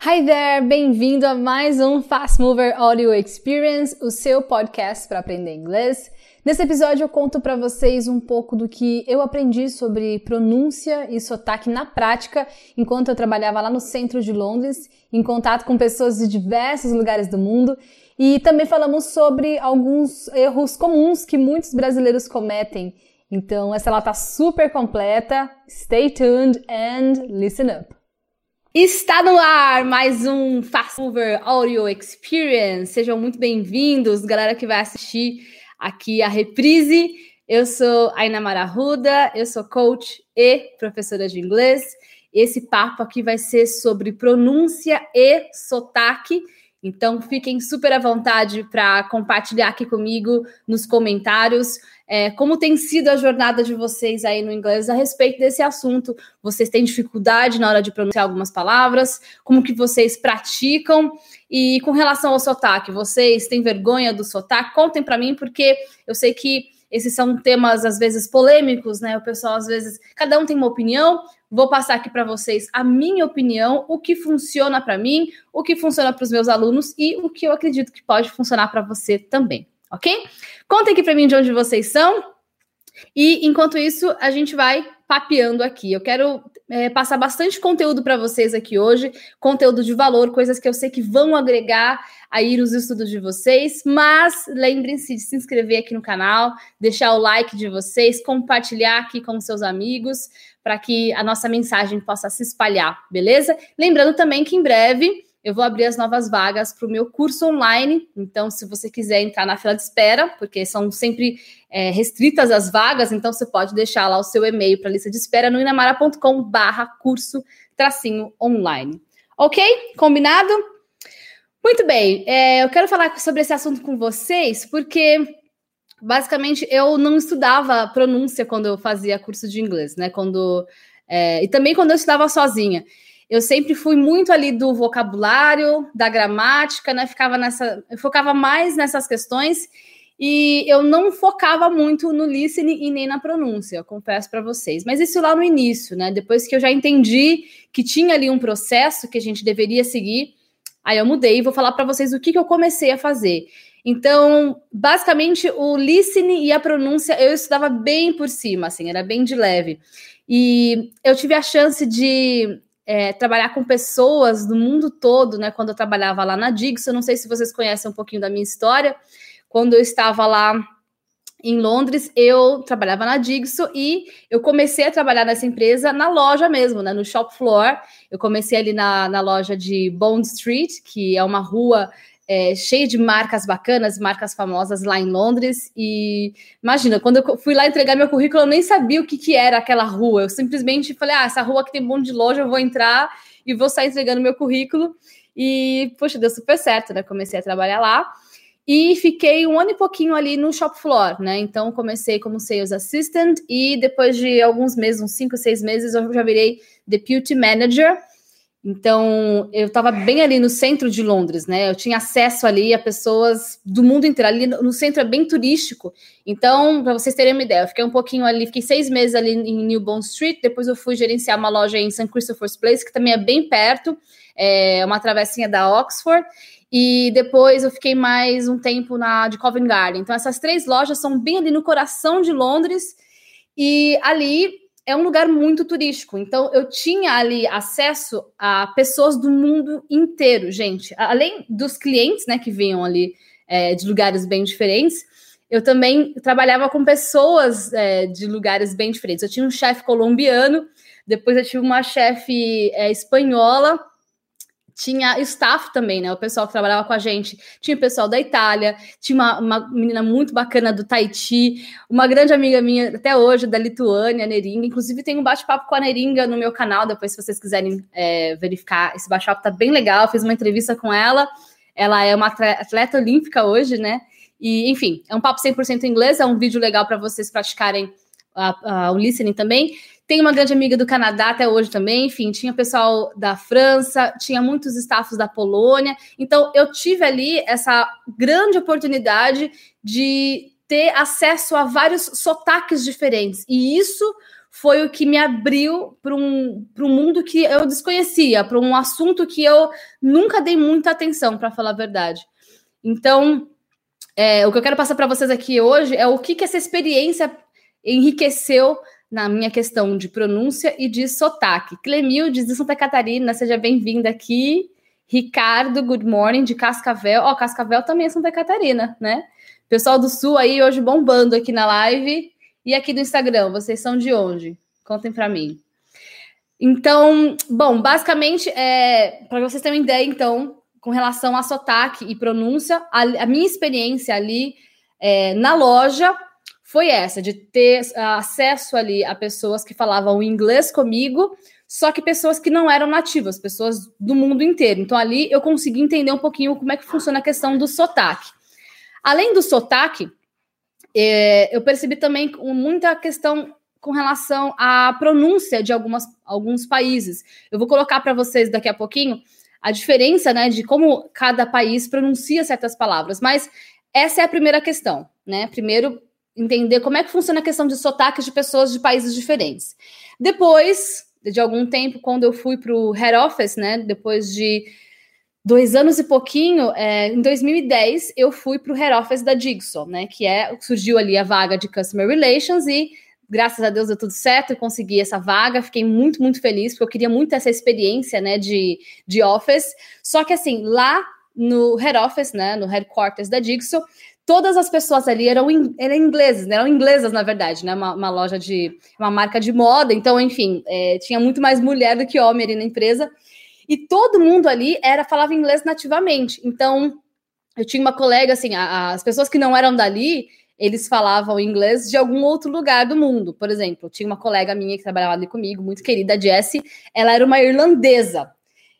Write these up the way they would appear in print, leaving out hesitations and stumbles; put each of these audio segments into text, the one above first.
Hi there! Bem-vindo a mais um Fast Mover Audio Experience, o seu podcast para aprender inglês. Nesse episódio eu conto para vocês um pouco do que eu aprendi sobre pronúncia e sotaque na prática enquanto eu trabalhava lá no centro de Londres, em contato com pessoas de diversos lugares do mundo. E também falamos sobre alguns erros comuns que muitos brasileiros cometem. Então essa aula tá super completa. Stay tuned and listen up! Está no ar mais um Fast Mover Audio Experience. Sejam muito bem-vindos, galera que vai assistir aqui a reprise. Eu sou a Inamara Arruda, eu sou coach e professora de inglês. Esse papo aqui vai ser sobre pronúncia e sotaque. Então, fiquem super à vontade para compartilhar aqui comigo nos comentários como tem sido a jornada de vocês aí no inglês a respeito desse assunto. Vocês têm dificuldade na hora de pronunciar algumas palavras? Como que vocês praticam? E com relação ao sotaque, vocês têm vergonha do sotaque? Contem para mim, porque eu sei que esses são temas, às vezes, polêmicos, né? O pessoal, às vezes, cada um tem uma opinião. Vou passar aqui para vocês a minha opinião, o que funciona para mim, o que funciona para os meus alunos e o que eu acredito que pode funcionar para você também, ok? Contem aqui para mim de onde vocês são e, enquanto isso, a gente vai papeando aqui. Eu quero passar bastante conteúdo para vocês aqui hoje, conteúdo de valor, coisas que eu sei que vão agregar aí os estudos de vocês, mas lembrem-se de se inscrever aqui no canal, deixar o like de vocês, compartilhar aqui com seus amigos, para que a nossa mensagem possa se espalhar, beleza? Lembrando também que em breve eu vou abrir as novas vagas para o meu curso online, então se você quiser entrar na fila de espera, porque são sempre restritas as vagas, então você pode deixar lá o seu e-mail para a lista de espera no inamara.com/curso-online. Ok? Combinado? Muito bem, eu quero falar sobre esse assunto com vocês, porque basicamente eu não estudava pronúncia quando eu fazia curso de inglês, né? E também quando eu estudava sozinha. Eu sempre fui muito ali do vocabulário, da gramática, né? Eu focava mais nessas questões e eu não focava muito no listening e nem na pronúncia, eu confesso para vocês. Mas isso lá no início, né? Depois que eu já entendi que tinha ali um processo que a gente deveria seguir, aí eu mudei e vou falar para vocês o que eu comecei a fazer. Então, basicamente, o listening e a pronúncia eu estudava bem por cima, assim, era bem de leve. E eu tive a chance de trabalhar com pessoas do mundo todo, né? Quando eu trabalhava lá na Digso, eu não sei se vocês conhecem um pouquinho da minha história. Quando eu estava lá em Londres, eu trabalhava na Digso e eu comecei a trabalhar nessa empresa na loja mesmo, né? No shop floor. Eu comecei ali na loja de Bond Street, que é uma rua cheia de marcas bacanas, marcas famosas lá em Londres. E imagina, quando eu fui lá entregar meu currículo, eu nem sabia o que era aquela rua. Eu simplesmente falei, essa rua aqui tem um monte de loja, eu vou entrar e vou sair entregando meu currículo. E, poxa, deu super certo, né? Comecei a trabalhar lá. E fiquei 1 ano e pouquinho ali no shop floor, né? Então, comecei como sales assistant e depois de alguns meses, uns 5, 6 meses, eu já virei deputy manager. Então, eu estava bem ali no centro de Londres, né? Eu tinha acesso ali a pessoas do mundo inteiro. Ali no centro é bem turístico. Então, para vocês terem uma ideia, eu fiquei um pouquinho ali, fiquei 6 meses ali em New Bond Street. Depois eu fui gerenciar uma loja em St. Christopher's Place, que também é bem perto. É uma travessinha da Oxford. E depois eu fiquei mais um tempo de Covent Garden. Então, essas 3 lojas são bem ali no coração de Londres. E ali é um lugar muito turístico, então eu tinha ali acesso a pessoas do mundo inteiro, gente. Além dos clientes, né, que vinham ali de lugares bem diferentes, eu também trabalhava com pessoas de lugares bem diferentes. Eu tinha um chefe colombiano, depois eu tive uma chefe espanhola, tinha staff também, né? O pessoal que trabalhava com a gente. Tinha o pessoal da Itália, tinha uma menina muito bacana do Tahiti, uma grande amiga minha até hoje, da Lituânia, a Neringa. Inclusive, tem um bate-papo com a Neringa no meu canal, depois, se vocês quiserem verificar. Esse bate-papo tá bem legal. Eu fiz uma entrevista com ela. Ela é uma atleta olímpica hoje, né? E, enfim, é um papo 100% em inglês. É um vídeo legal para vocês praticarem o listening também. Tem uma grande amiga do Canadá até hoje também, enfim, tinha pessoal da França, tinha muitos staffs da Polônia, então eu tive ali essa grande oportunidade de ter acesso a vários sotaques diferentes, e isso foi o que me abriu para um mundo que eu desconhecia, para um assunto que eu nunca dei muita atenção, para falar a verdade. Então, o que eu quero passar para vocês aqui hoje é o que essa experiência enriqueceu na minha questão de pronúncia e de sotaque. Clemildes, de Santa Catarina, seja bem-vinda aqui. Ricardo, good morning, de Cascavel. Cascavel também é Santa Catarina, né? Pessoal do Sul aí hoje bombando aqui na live. E aqui do Instagram, vocês são de onde? Contem para mim. Então, bom, basicamente, para vocês terem uma ideia, então, com relação a sotaque e pronúncia, a minha experiência ali na loja foi essa, de ter acesso ali a pessoas que falavam inglês comigo, só que pessoas que não eram nativas, pessoas do mundo inteiro. Então, ali eu consegui entender um pouquinho como é que funciona a questão do sotaque. Além do sotaque, eu percebi também muita questão com relação à pronúncia de alguns países. Eu vou colocar para vocês daqui a pouquinho a diferença, né, de como cada país pronuncia certas palavras. Mas essa é a primeira questão, né? Primeiro, entender como é que funciona a questão de sotaques de pessoas de países diferentes. Depois de algum tempo, quando eu fui para o Head Office, né, depois de 2 anos e pouquinho, em 2010, eu fui para o Head Office da Jigsaw, né, que surgiu ali a vaga de Customer Relations e, graças a Deus, deu tudo certo, eu consegui essa vaga, fiquei muito, muito feliz, porque eu queria muito essa experiência, né, de Office. Só que, assim, lá no Head Office, né, no Headquarters da Jigsaw, todas as pessoas ali eram ingleses, né? Eram inglesas, na verdade, né? Uma loja uma marca de moda. Então, enfim, tinha muito mais mulher do que homem ali na empresa. E todo mundo ali falava inglês nativamente. Então, eu tinha uma colega, assim, as pessoas que não eram dali, eles falavam inglês de algum outro lugar do mundo. Por exemplo, tinha uma colega minha que trabalhava ali comigo, muito querida, a Jessie. Ela era uma irlandesa.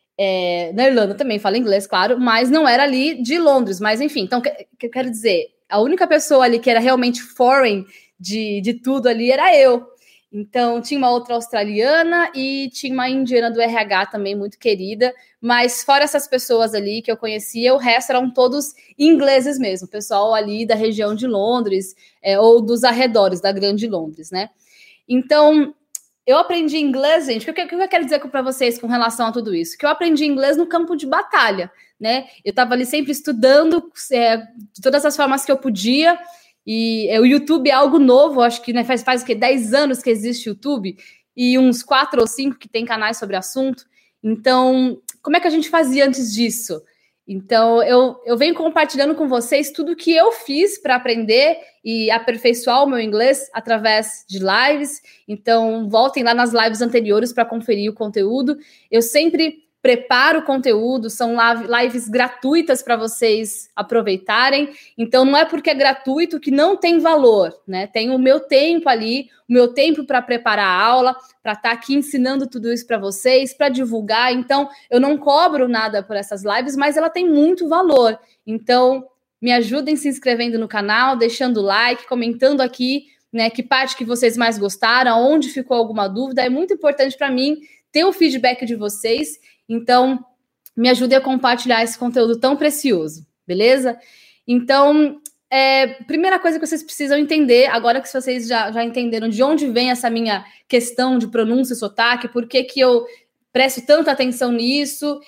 Na Irlanda também fala inglês, claro, mas não era ali de Londres. Mas, enfim, então, o que eu quero dizer? A única pessoa ali que era realmente foreign de tudo ali era eu. Então, tinha uma outra australiana e tinha uma indiana do RH também, muito querida. Mas, fora essas pessoas ali que eu conhecia, o resto eram todos ingleses mesmo. Pessoal ali da região de Londres ou dos arredores da Grande Londres, né? Então, eu aprendi inglês, gente. O que eu quero dizer para vocês com relação a tudo isso? Que eu aprendi inglês no campo de batalha, né? Eu estava ali sempre estudando de todas as formas que eu podia. E o YouTube é algo novo, acho que, né, faz o quê? 10 anos que existe o YouTube. E uns 4 ou 5 que tem canais sobre o assunto. Então, como é que a gente fazia antes disso? Então, eu venho compartilhando com vocês tudo que eu fiz para aprender e aperfeiçoar o meu inglês através de lives. Então, voltem lá nas lives anteriores para conferir o conteúdo. Eu sempre preparo o conteúdo, são lives gratuitas para vocês aproveitarem. Então, não é porque é gratuito que não tem valor, né? Tem o meu tempo ali, o meu tempo para preparar a aula, para estar aqui ensinando tudo isso para vocês, para divulgar. Então, eu não cobro nada por essas lives, mas ela tem muito valor. Então, me ajudem se inscrevendo no canal, deixando o like, comentando aqui, né, que parte que vocês mais gostaram, onde ficou alguma dúvida. É muito importante para mim ter o feedback de vocês. Então, me ajude a compartilhar esse conteúdo tão precioso, beleza? Então, primeira coisa que vocês precisam entender, agora que vocês já entenderam de onde vem essa minha questão de pronúncia e sotaque, por que eu presto tanta atenção nisso,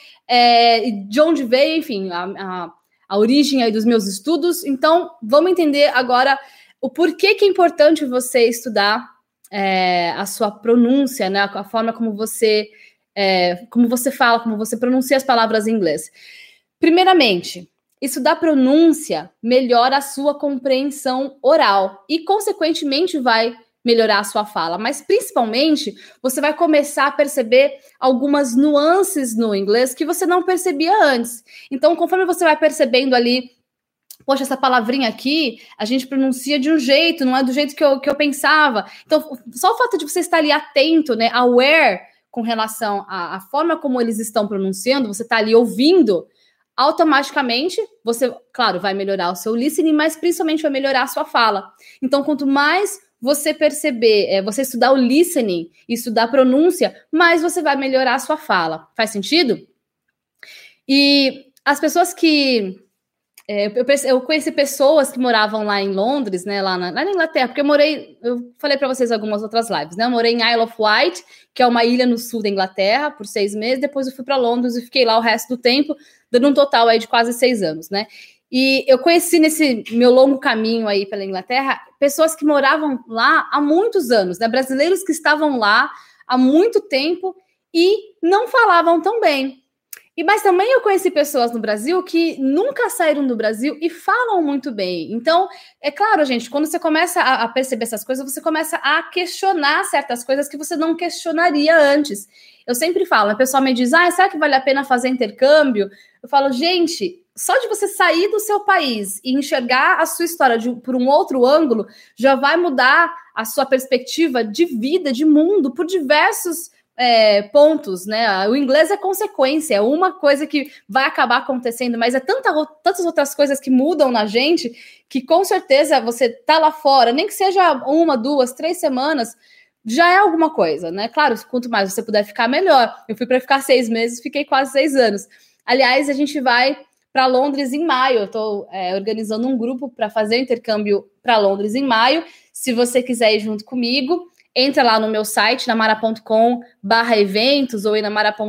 de onde veio, enfim, a origem aí dos meus estudos. Então, vamos entender agora o porquê que é importante você estudar a sua pronúncia, né? A forma como você fala, como você pronuncia as palavras em inglês. Primeiramente, estudar pronúncia melhora a sua compreensão oral e, consequentemente, vai melhorar a sua fala. Mas, principalmente, você vai começar a perceber algumas nuances no inglês que você não percebia antes. Então, conforme você vai percebendo ali, poxa, essa palavrinha aqui, a gente pronuncia de um jeito, não é do jeito que eu pensava. Então, só o fato de você estar ali atento, né, aware, com relação à forma como eles estão pronunciando, você está ali ouvindo, automaticamente, você, claro, vai melhorar o seu listening, mas principalmente vai melhorar a sua fala. Então, quanto mais você perceber, você estudar o listening e estudar a pronúncia, mais você vai melhorar a sua fala. Faz sentido? E as pessoas que eu conheci pessoas que moravam lá em Londres, né, lá na Inglaterra, porque eu falei para vocês algumas outras lives, né? Eu morei em Isle of Wight, que é uma ilha no sul da Inglaterra, por 6 meses. Depois eu fui para Londres e fiquei lá o resto do tempo, dando um total aí de quase 6 anos, né? E eu conheci nesse meu longo caminho aí pela Inglaterra pessoas que moravam lá há muitos anos, né? Brasileiros que estavam lá há muito tempo e não falavam tão bem. Mas também eu conheci pessoas no Brasil que nunca saíram do Brasil e falam muito bem. Então, é claro, gente, quando você começa a perceber essas coisas, você começa a questionar certas coisas que você não questionaria antes. Eu sempre falo, a pessoa me diz, será que vale a pena fazer intercâmbio? Eu falo, gente, só de você sair do seu país e enxergar a sua história por um outro ângulo, já vai mudar a sua perspectiva de vida, de mundo, por diversos pontos, né? O inglês é consequência, é uma coisa que vai acabar acontecendo, mas é tantas outras coisas que mudam na gente que com certeza você tá lá fora, nem que seja 1, 2, 3 semanas, já é alguma coisa, né? Claro, quanto mais você puder ficar, melhor. Eu fui para ficar 6 meses, fiquei quase 6 anos. Aliás, a gente vai para Londres em maio. Eu estou organizando um grupo para fazer o intercâmbio para Londres em maio. Se você quiser ir junto comigo, entra lá no meu site, namara.com/eventos ou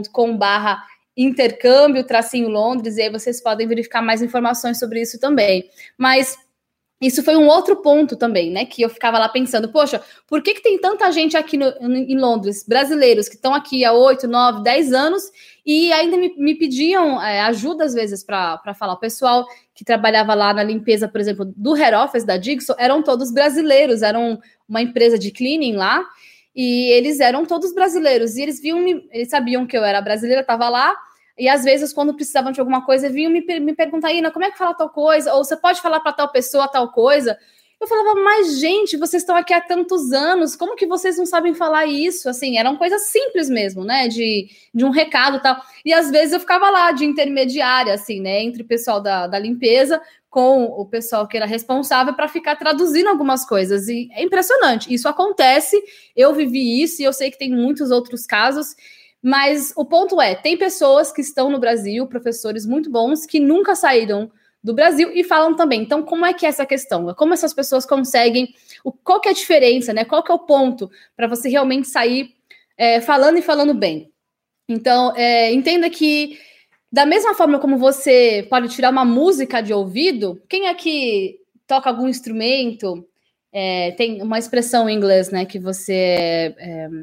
namara.com/intercâmbio-Londres, e aí vocês podem verificar mais informações sobre isso também. Mas isso foi um outro ponto também, né? Que eu ficava lá pensando, poxa, por que tem tanta gente aqui em Londres, brasileiros, que estão aqui há 8, 9, 10 anos e ainda me pediam ajuda às vezes para falar. O pessoal que trabalhava lá na limpeza, por exemplo, do head office da Dixon, eram todos brasileiros, eram uma empresa de cleaning lá, e eles eram todos brasileiros, e eles sabiam que eu era brasileira, estava lá, e às vezes, quando precisavam de alguma coisa, vinham me perguntar, Ina, como é que fala tal coisa? Ou você pode falar para tal pessoa tal coisa? Eu falava, mas gente, vocês estão aqui há tantos anos, como que vocês não sabem falar isso? Assim, eram coisas simples mesmo, né, de um recado e tal. E às vezes eu ficava lá de intermediária, assim, né, entre o pessoal da limpeza com o pessoal que era responsável para ficar traduzindo algumas coisas. E é impressionante, isso acontece, eu vivi isso e eu sei que tem muitos outros casos. Mas o ponto é, tem pessoas que estão no Brasil, professores muito bons, que nunca saíram do Brasil e falam também. Então, como é que é essa questão? Como essas pessoas conseguem... Qual que é a diferença, né? Qual que é o ponto para você realmente sair falando e falando bem? Então, entenda que da mesma forma como você pode tirar uma música de ouvido, quem aqui toca algum instrumento, tem uma expressão em inglês, né? Que você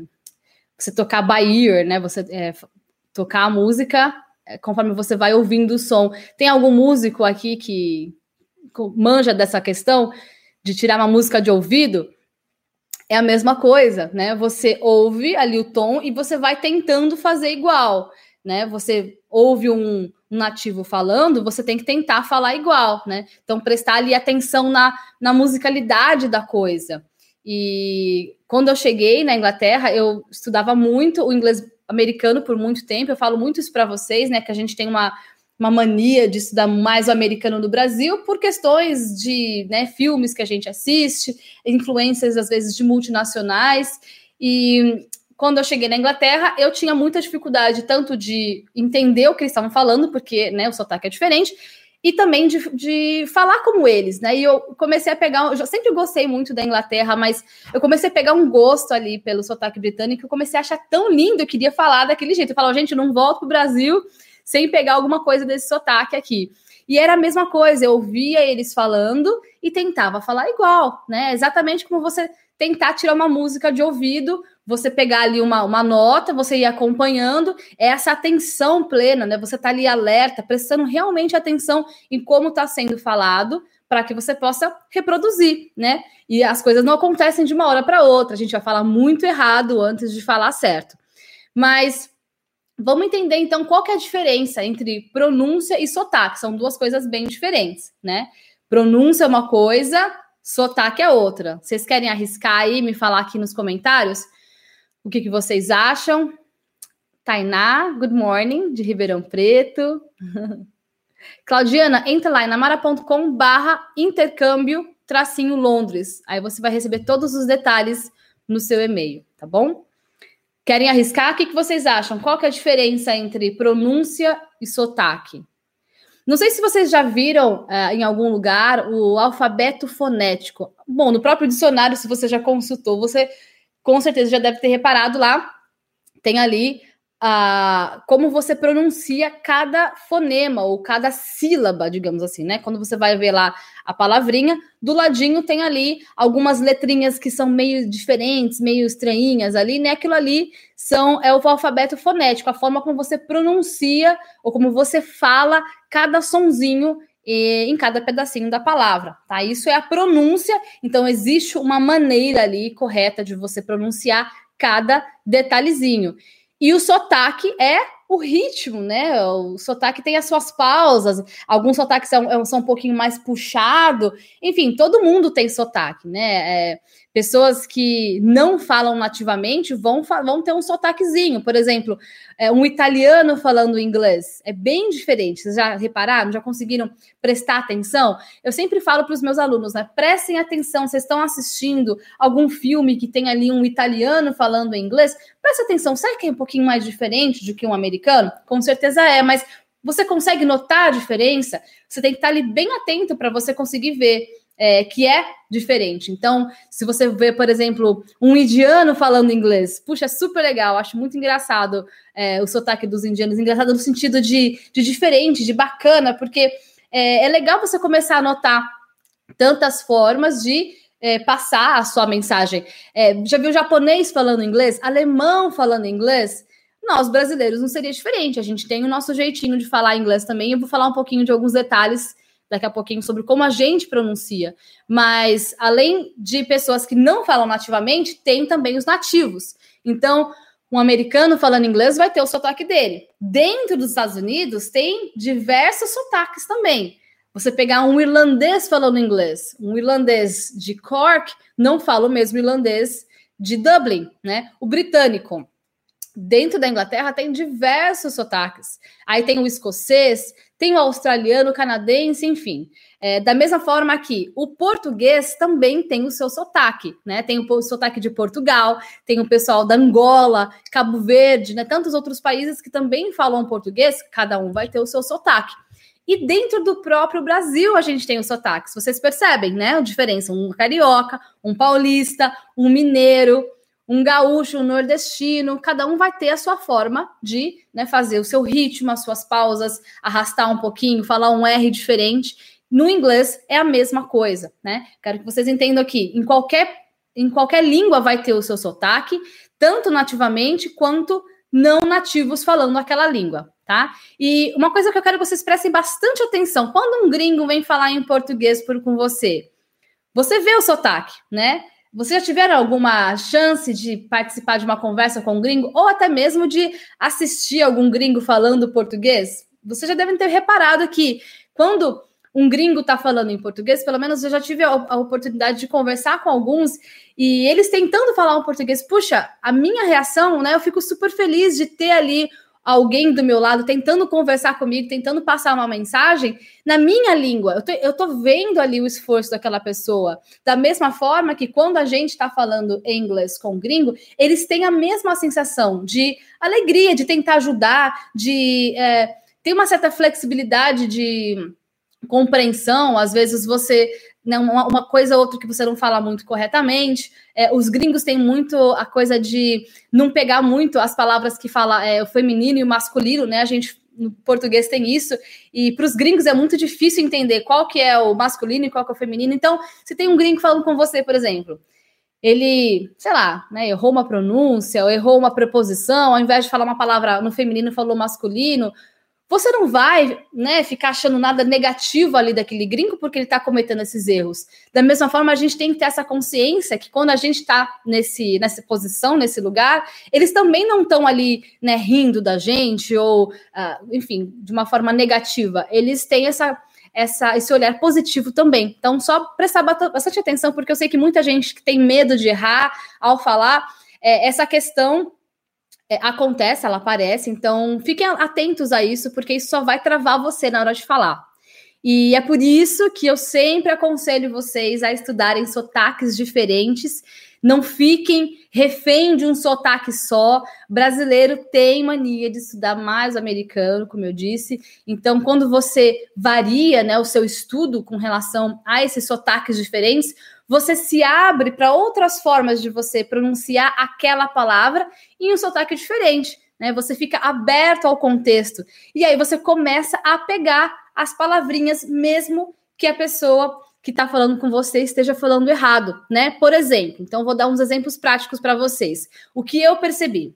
tocar by ear, né? Você tocar a música conforme você vai ouvindo o som. Tem algum músico aqui que manja dessa questão de tirar uma música de ouvido? É a mesma coisa, né? Você ouve ali o tom e você vai tentando fazer igual, né? Você ouve um nativo falando, você tem que tentar falar igual, né? Então, prestar ali atenção na musicalidade da coisa. E quando eu cheguei na Inglaterra, eu estudava muito o inglês americano por muito tempo. Eu falo muito isso para vocês, né? Que a gente tem uma mania de estudar mais o americano no Brasil por questões de filmes que a gente assiste, influências, às vezes, de multinacionais. E quando eu cheguei na Inglaterra, eu tinha muita dificuldade tanto de entender o que eles estavam falando, porque o sotaque é diferente, e também de falar como eles, né? E eu comecei a pegar... Eu sempre gostei muito da Inglaterra, mas eu comecei a pegar um gosto ali pelo sotaque britânico, eu comecei a achar tão lindo, eu queria falar daquele jeito. Eu falava, gente, eu não volto pro Brasil sem pegar alguma coisa desse sotaque aqui. E era a mesma coisa, eu ouvia eles falando e tentava falar igual, né? Exatamente como você tentar tirar uma música de ouvido, você pegar ali uma nota, você ir acompanhando, essa atenção plena, né? Você tá ali alerta, prestando realmente atenção em como está sendo falado, para que você possa reproduzir, né? E as coisas não acontecem de uma hora para outra, a gente vai falar muito errado antes de falar certo. Mas vamos entender, então, qual que é a diferença entre pronúncia e sotaque. São duas coisas bem diferentes, né? Pronúncia é uma coisa, sotaque é outra. Vocês querem arriscar aí, me falar aqui nos comentários o que vocês acham? Tainá, good morning, de Ribeirão Preto. Claudiana, entra lá em namara.com/intercâmbio-Londres. Aí você vai receber todos os detalhes no seu e-mail, tá bom? Querem arriscar? O que vocês acham? Qual que é a diferença entre pronúncia e sotaque? Não sei se vocês já viram em algum lugar o alfabeto fonético. Bom, no próprio dicionário, se você já consultou, você com certeza já deve ter reparado lá, tem ali como você pronuncia cada fonema ou cada sílaba, digamos assim, né? Quando você vai ver lá a palavrinha, do ladinho tem ali algumas letrinhas que são meio diferentes, meio estranhinhas ali, né? Aquilo ali é o alfabeto fonético, a forma como você pronuncia ou como você fala cada sonzinho em cada pedacinho da palavra, tá? Isso é a pronúncia, então existe uma maneira ali correta de você pronunciar cada detalhezinho. E o sotaque é o ritmo, né? O sotaque tem as suas pausas, alguns sotaques são um pouquinho mais puxado, enfim, todo mundo tem sotaque, né? Pessoas que não falam nativamente vão ter um sotaquezinho, por exemplo, um italiano falando inglês, é bem diferente. Vocês já repararam? Já conseguiram prestar atenção? Eu sempre falo para os meus alunos, né? Prestem atenção, vocês estão assistindo algum filme que tem ali um italiano falando inglês, presta atenção, será que é um pouquinho mais diferente do que um americano? Com certeza é, mas você consegue notar a diferença? Você tem que estar ali bem atento para você conseguir ver que é diferente. Então, se você vê, por exemplo, um indiano falando inglês, puxa, é super legal, acho muito engraçado o sotaque dos indianos, engraçado no sentido de diferente, de bacana, porque é legal você começar a notar tantas formas de passar a sua mensagem. Já viu japonês falando inglês? Alemão falando inglês? Nós, brasileiros, não seria diferente. A gente tem o nosso jeitinho de falar inglês também. Eu vou falar um pouquinho de alguns detalhes daqui a pouquinho sobre como a gente pronuncia. Mas, além de pessoas que não falam nativamente, tem também os nativos. Então, um americano falando inglês vai ter o sotaque dele. Dentro dos Estados Unidos, tem diversos sotaques também. Você pegar um irlandês falando inglês, um irlandês de Cork não fala o mesmo irlandês de Dublin, né? O britânico, dentro da Inglaterra, tem diversos sotaques. Aí tem o escocês, tem o australiano, o canadense, enfim. Da mesma forma que o português também tem o seu sotaque, né? Tem o sotaque de Portugal, tem o pessoal da Angola, Cabo Verde, né? Tantos outros países que também falam português, cada um vai ter o seu sotaque. E dentro do próprio Brasil a gente tem os sotaques. Vocês percebem, né? A diferença. Um carioca, um paulista, um mineiro, um gaúcho, um nordestino. Cada um vai ter a sua forma de, né, fazer o seu ritmo, as suas pausas, arrastar um pouquinho, falar um R diferente. No inglês é a mesma coisa, né? Quero que vocês entendam aqui. Em qualquer língua vai ter o seu sotaque, tanto nativamente quanto não nativos falando aquela língua, tá? E uma coisa que eu quero que vocês prestem bastante atenção, quando um gringo vem falar em português com você vê o sotaque, né? Vocês já tiveram alguma chance de participar de uma conversa com um gringo, ou até mesmo de assistir algum gringo falando português? Vocês já devem ter reparado que quando um gringo está falando em português, pelo menos eu já tive a oportunidade de conversar com alguns, e eles tentando falar um português, puxa, a minha reação, né, eu fico super feliz de ter ali alguém do meu lado tentando conversar comigo, tentando passar uma mensagem na minha língua. Eu tô vendo ali o esforço daquela pessoa. Da mesma forma que quando a gente está falando em inglês com o gringo, eles têm a mesma sensação de alegria, de tentar ajudar, de ter uma certa flexibilidade de compreensão. Às vezes você, né, uma coisa ou outra que você não fala muito corretamente. Os gringos têm muito a coisa de não pegar muito as palavras que fala o feminino e o masculino, né? A gente no português tem isso, e para os gringos é muito difícil entender qual que é o masculino e qual que é o feminino. Então, se tem um gringo falando com você, por exemplo, ele, sei lá, né, errou uma pronúncia ou errou uma preposição, ao invés de falar uma palavra no feminino, falou masculino. Você não vai, né, ficar achando nada negativo ali daquele gringo porque ele está cometendo esses erros. Da mesma forma, a gente tem que ter essa consciência que quando a gente está nessa posição, nesse lugar, eles também não estão ali, né, rindo da gente ou, enfim, de uma forma negativa. Eles têm esse olhar positivo também. Então, só prestar bastante atenção, porque eu sei que muita gente que tem medo de errar ao falar, essa questão acontece, ela aparece, então fiquem atentos a isso, porque isso só vai travar você na hora de falar. E é por isso que eu sempre aconselho vocês a estudarem sotaques diferentes. Não fiquem refém de um sotaque só. Brasileiro tem mania de estudar mais o americano, como eu disse. Então, quando você varia, né, o seu estudo com relação a esses sotaques diferentes, você se abre para outras formas de você pronunciar aquela palavra em um sotaque diferente, né? Você fica aberto ao contexto. E aí você começa a pegar as palavrinhas, mesmo que a pessoa que está falando com você esteja falando errado, né? Por exemplo, então vou dar uns exemplos práticos para vocês. O que eu percebi?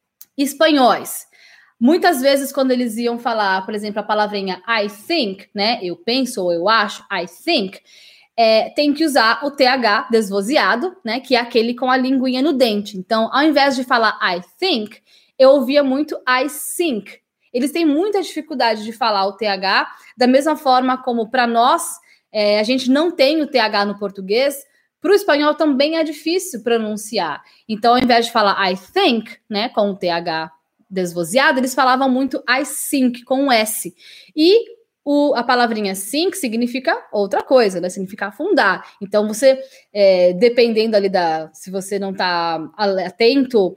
Espanhóis. Muitas vezes, quando eles iam falar, por exemplo, a palavrinha I think, né? Eu penso ou eu acho, I think, tem que usar o TH desvozeado, né? Que é aquele com a linguinha no dente. Então, ao invés de falar I think, eu ouvia muito I think. Eles têm muita dificuldade de falar o TH, da mesma forma como para nós, a gente não tem o TH no português, para o espanhol também é difícil pronunciar. Então, ao invés de falar I think, né, com o TH desvozeado, eles falavam muito I think, com o S. E a palavrinha think significa outra coisa, né? Significa afundar. Então, você, dependendo ali se você não está atento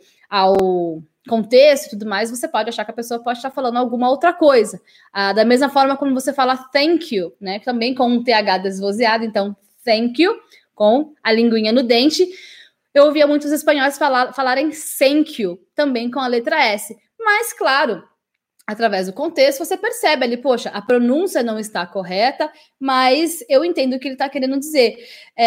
ao contexto e tudo mais, você pode achar que a pessoa pode estar falando alguma outra coisa. Da mesma forma como você fala thank you, né? Também com um TH desvozeado, então thank you, com a linguinha no dente. Eu ouvia muitos espanhóis falarem thank you, também com a letra S. Mas, claro, através do contexto, você percebe ali, poxa, a pronúncia não está correta, mas eu entendo o que ele está querendo dizer.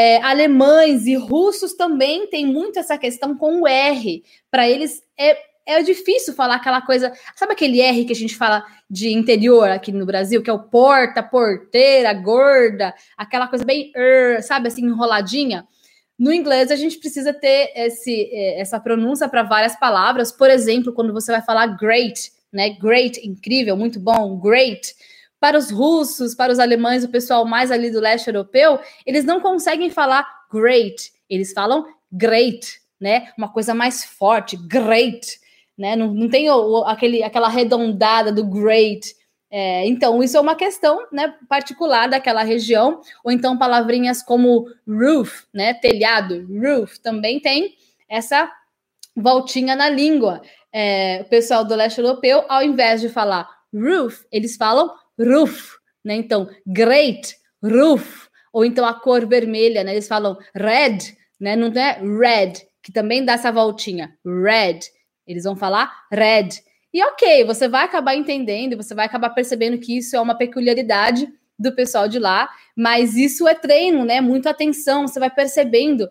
Alemães e russos também têm muito essa questão com o R. Para eles, é difícil falar aquela coisa... Sabe aquele R que a gente fala de interior aqui no Brasil, que é o porta, porteira, gorda, aquela coisa bem, sabe, assim, enroladinha? No inglês, a gente precisa ter essa pronúncia para várias palavras. Por exemplo, quando você vai falar great, né? Great, incrível, muito bom, great. Para os russos, para os alemães, o pessoal mais ali do leste europeu, eles não conseguem falar great, eles falam great, né? Uma coisa mais forte, great, né? Não tem aquela arredondada do great. Então, isso é uma questão, né, particular daquela região, ou então palavrinhas como roof, né? Telhado, roof, também tem essa voltinha na língua. O pessoal do leste europeu, ao invés de falar roof, eles falam roof, né? Então, great, roof. Ou então a cor vermelha, né? Eles falam red, né? Não é red, que também dá essa voltinha. Red. Eles vão falar red. E ok, você vai acabar entendendo, você vai acabar percebendo que isso é uma peculiaridade do pessoal de lá, mas isso é treino, né? Muita atenção, você vai percebendo.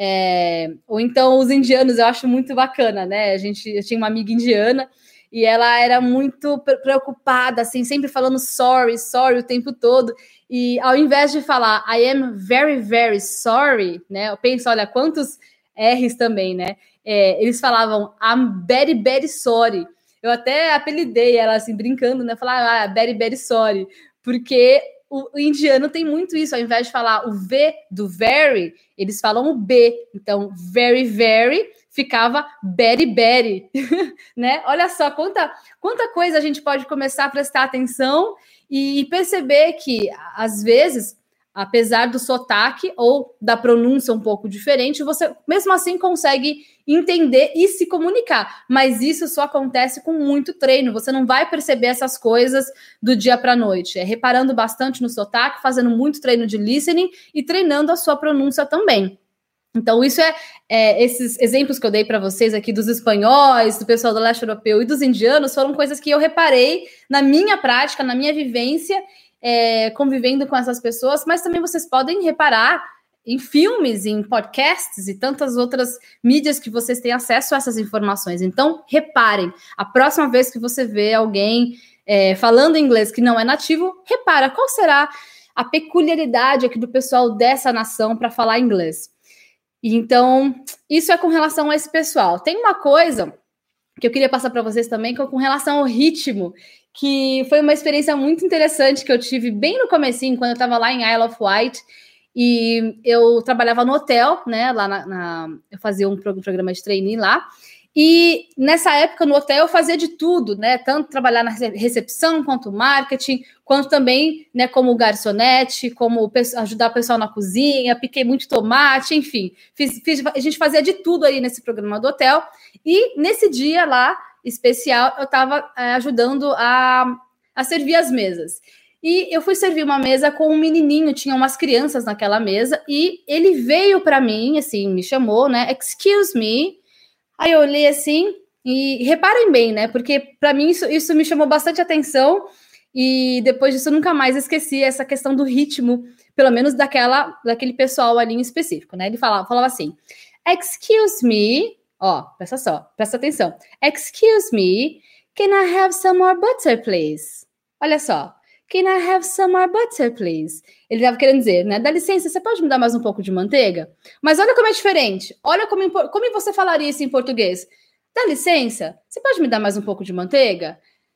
Ou então os indianos, eu acho muito bacana, né? Eu tinha uma amiga indiana e ela era muito preocupada, assim, sempre falando sorry o tempo todo. E ao invés de falar I am very, very sorry, né? Eu penso, olha, quantos R's também, né? Eles falavam I'm very, very sorry. Eu até apelidei ela, assim, brincando, né? Falar very, very sorry. Porque o indiano tem muito isso. Ao invés de falar o V do very, eles falam o B. Então, very, very ficava very, very. Né? Olha só, quanta coisa a gente pode começar a prestar atenção e perceber que, às vezes, apesar do sotaque ou da pronúncia um pouco diferente, você mesmo assim consegue entender e se comunicar. Mas isso só acontece com muito treino. Você não vai perceber essas coisas do dia para a noite. Reparando bastante no sotaque, fazendo muito treino de listening e treinando a sua pronúncia também. Então, isso esses exemplos que eu dei para vocês aqui dos espanhóis, do pessoal do leste europeu e dos indianos foram coisas que eu reparei na minha prática, na minha vivência, convivendo com essas pessoas, mas também vocês podem reparar em filmes, em podcasts e tantas outras mídias que vocês têm acesso a essas informações. Então, reparem, a próxima vez que você vê alguém falando inglês que não é nativo, repara qual será a peculiaridade aqui do pessoal dessa nação para falar inglês. Então, isso é com relação a esse pessoal. Tem uma coisa que eu queria passar para vocês também, que é com relação ao ritmo, que foi uma experiência muito interessante que eu tive bem no comecinho, quando eu estava lá em Isle of Wight, e eu trabalhava no hotel, né, lá eu fazia um programa de trainee lá, E nessa época, no hotel, eu fazia de tudo, né? Tanto trabalhar na recepção, quanto marketing, quanto também, né, como garçonete, como ajudar o pessoal na cozinha, piquei muito tomate, enfim. A gente fazia de tudo aí nesse programa do hotel. E nesse dia lá, especial, eu estava ajudando a servir as mesas. E eu fui servir uma mesa com um menininho, tinha umas crianças naquela mesa, e ele veio para mim, assim, me chamou, né? Excuse me. Aí eu olhei assim, e reparem bem, né? Porque para mim isso me chamou bastante atenção, e depois disso eu nunca mais esqueci essa questão do ritmo, pelo menos daquele pessoal ali em específico, né? Ele falava assim: excuse me, ó, presta atenção. Excuse me, can I have some more butter, please? Olha só. Can I have some more butter, please? Ele estava querendo dizer, né? Dá licença, você pode me dar mais um pouco de manteiga? Mas olha como é diferente. Olha como você falaria isso em português. Dá licença, você pode me dar mais um pouco de manteiga?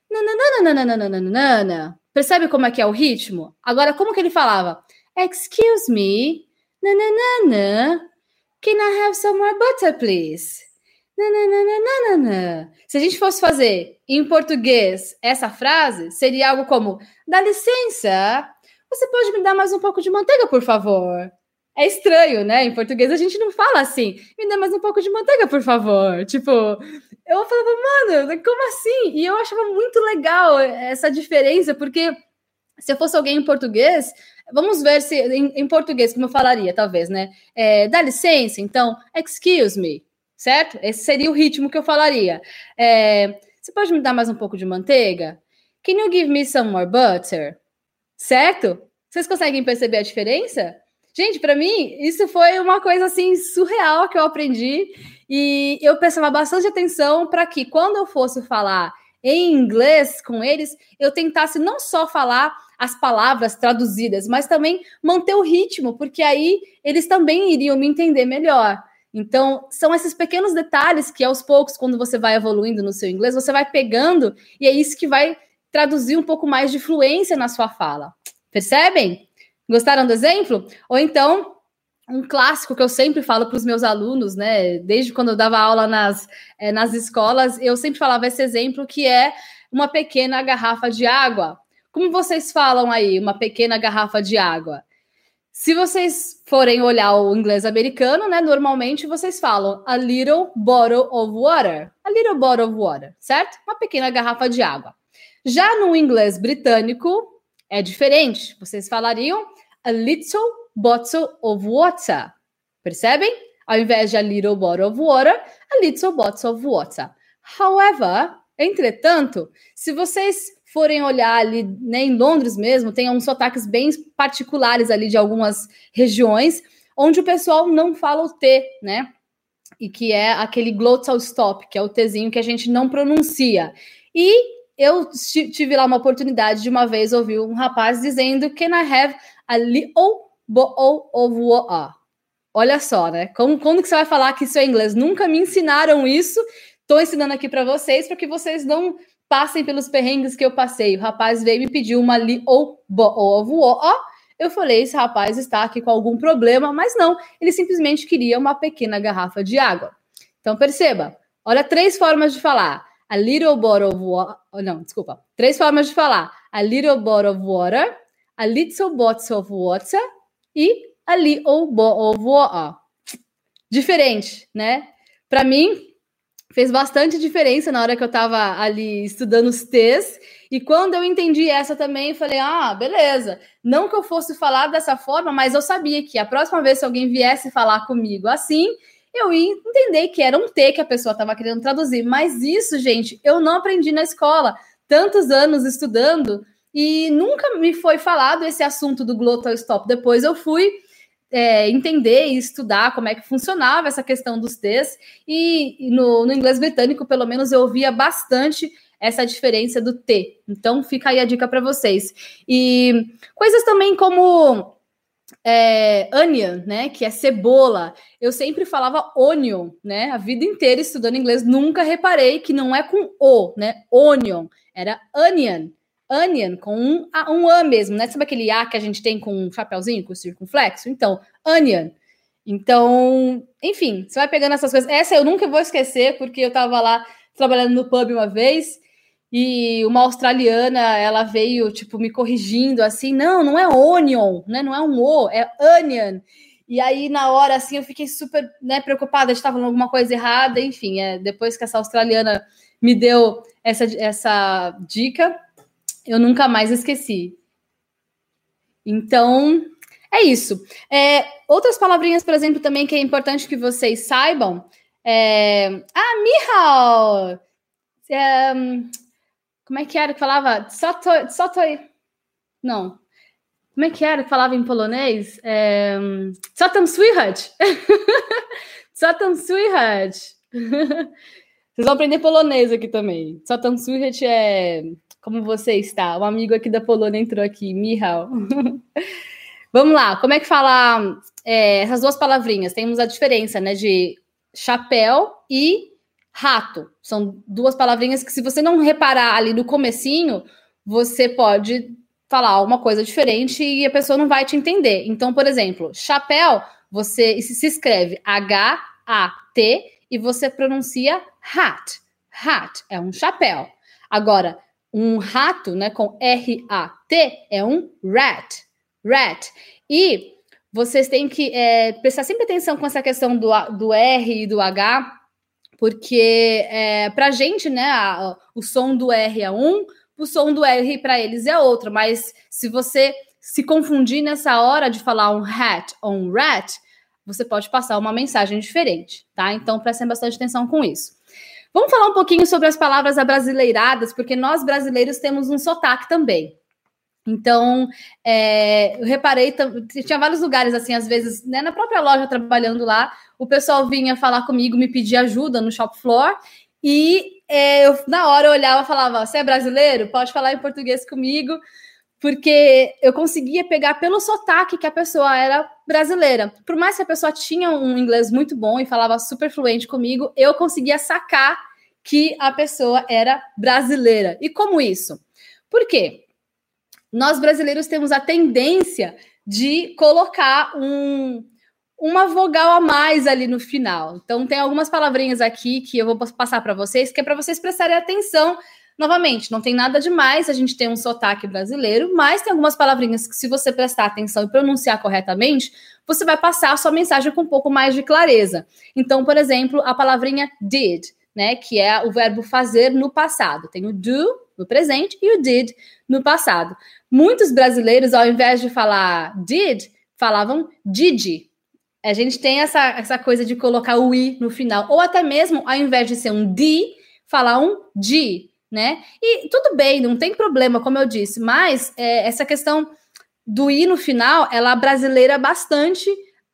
Nananana. Percebe como é que é o ritmo? Agora, como que ele falava? Excuse me, nananana, can I have some more butter, please? Nananana. Se a gente fosse fazer em português essa frase, seria algo como: dá licença, você pode me dar mais um pouco de manteiga, por favor? É estranho, né? Em português a gente não fala assim: me dá mais um pouco de manteiga, por favor. Tipo, eu falava, mano, como assim? E eu achava muito legal essa diferença, porque se eu fosse alguém em português, vamos ver se em português, como eu falaria, talvez, né? Dá licença, então, excuse me. Certo? Esse seria o ritmo que eu falaria. Você pode me dar mais um pouco de manteiga? Can you give me some more butter? Certo? Vocês conseguem perceber a diferença? Gente, para mim, isso foi uma coisa assim surreal que eu aprendi, e eu prestava bastante atenção para que quando eu fosse falar em inglês com eles, eu tentasse não só falar as palavras traduzidas, mas também manter o ritmo, porque aí eles também iriam me entender melhor. Então, são esses pequenos detalhes que, aos poucos, quando você vai evoluindo no seu inglês, você vai pegando, e é isso que vai traduzir um pouco mais de fluência na sua fala. Percebem? Gostaram do exemplo? Ou então, um clássico que eu sempre falo para os meus alunos, né? Desde quando eu dava aula nas escolas, eu sempre falava esse exemplo, que é uma pequena garrafa de água. Como vocês falam aí, uma pequena garrafa de água? Se vocês forem olhar o inglês americano, né, normalmente vocês falam a little bottle of water. A little bottle of water, certo? Uma pequena garrafa de água. Já no inglês britânico, é diferente. Vocês falariam a little bottle of water. Percebem? Ao invés de a little bottle of water, a little bottle of water. However, entretanto, se vocês forem olhar ali, né, em Londres mesmo, tem uns sotaques bem particulares ali de algumas regiões, onde o pessoal não fala o T, né? E que é aquele glottal stop, que é o Tzinho que a gente não pronuncia. E eu tive lá uma oportunidade de uma vez ouvir um rapaz dizendo: can I have a little bottle of water? Olha só, né? Como que você vai falar que isso é inglês? Nunca me ensinaram isso. Estou ensinando aqui para vocês vocês não passem pelos perrengues que eu passei. O rapaz veio e me pediu uma little bottle of water. Eu falei, esse rapaz está aqui com algum problema, mas não, ele simplesmente queria uma pequena garrafa de água. Então, perceba, olha 3 formas de falar. A little bottle of water, não, desculpa, 3 formas de falar. A little bottle of water, a little bottle of water e a little bottle of water. Diferente, né? Para mim, fez bastante diferença na hora que eu estava ali estudando os T's, e quando eu entendi essa também, eu falei, beleza. Não que eu fosse falar dessa forma, mas eu sabia que a próxima vez que alguém viesse falar comigo assim, eu ia entender que era um T que a pessoa estava querendo traduzir. Mas isso, gente, eu não aprendi na escola. Tantos anos estudando, e nunca me foi falado esse assunto do glottal stop. Depois eu fui entender e estudar como é que funcionava essa questão dos T's, e no inglês britânico, pelo menos, eu ouvia bastante essa diferença do T. Então, fica aí a dica para vocês. E coisas também como onion, né, que é cebola. Eu sempre falava onion, né, a vida inteira estudando inglês, nunca reparei que não é com O, né, onion, era onion. Onion, com um A mesmo, né? Sabe aquele A que a gente tem com um chapeuzinho, com circunflexo? Então, onion. Então, enfim, você vai pegando essas coisas. Essa eu nunca vou esquecer, porque eu estava lá trabalhando no pub uma vez e uma australiana, ela veio, tipo, me corrigindo assim, não é onion, né? Não é um O, é onion. E aí, na hora, assim, eu fiquei super, né, preocupada, estava falando alguma coisa errada, enfim, depois que essa australiana me deu essa dica, eu nunca mais esqueci. Então, é isso. Outras palavrinhas, por exemplo, também que é importante que vocês saibam. Mihal! Como é que era que falava? Sotoi. Não. Como é que era que falava em polonês? Co tam słychać? Co tam słychać? Vocês vão aprender polonês aqui também. Co tam słychać é como você está. Um amigo aqui da Polônia entrou aqui, Michał. Vamos lá, como é que fala essas duas palavrinhas? Temos a diferença, né, de chapéu e rato. São duas palavrinhas que, se você não reparar ali no comecinho, você pode falar uma coisa diferente e a pessoa não vai te entender. Então, por exemplo, chapéu, você se escreve H-A-T e você pronuncia hat. Hat é um chapéu. Agora, um rato, né, com R-A-T, é um rat. Rat. E vocês têm que prestar sempre atenção com essa questão do R e do H, porque pra gente, né, o som do R é um, o som do R para eles é outro, mas se você se confundir nessa hora de falar um hat ou um rat, você pode passar uma mensagem diferente, tá? Então prestem bastante atenção com isso. Vamos falar um pouquinho sobre as palavras abrasileiradas, porque nós brasileiros temos um sotaque também. Então, eu reparei, tinha vários lugares, assim, às vezes, né, na própria loja, trabalhando lá, o pessoal vinha falar comigo, me pedir ajuda no shop floor, e eu, na hora, eu olhava e falava, você é brasileiro? Pode falar em português comigo, porque eu conseguia pegar pelo sotaque que a pessoa era brasileira. Por mais que a pessoa tinha um inglês muito bom e falava super fluente comigo, eu conseguia sacar que a pessoa era brasileira. E como isso? Por quê? Nós brasileiros temos a tendência de colocar uma vogal a mais ali no final. Então, tem algumas palavrinhas aqui que eu vou passar para vocês, que é para vocês prestarem atenção. Novamente, não tem nada demais, a gente tem um sotaque brasileiro, mas tem algumas palavrinhas que, se você prestar atenção e pronunciar corretamente, você vai passar a sua mensagem com um pouco mais de clareza. Então, por exemplo, a palavrinha did, né, que é o verbo fazer no passado. Tem o do no presente e o did no passado. Muitos brasileiros, ao invés de falar did, falavam did. A gente tem essa coisa de colocar o i no final, ou até mesmo, ao invés de ser um di, falar um di, né? E tudo bem, não tem problema, como eu disse, mas essa questão do i no final, ela brasileira bastante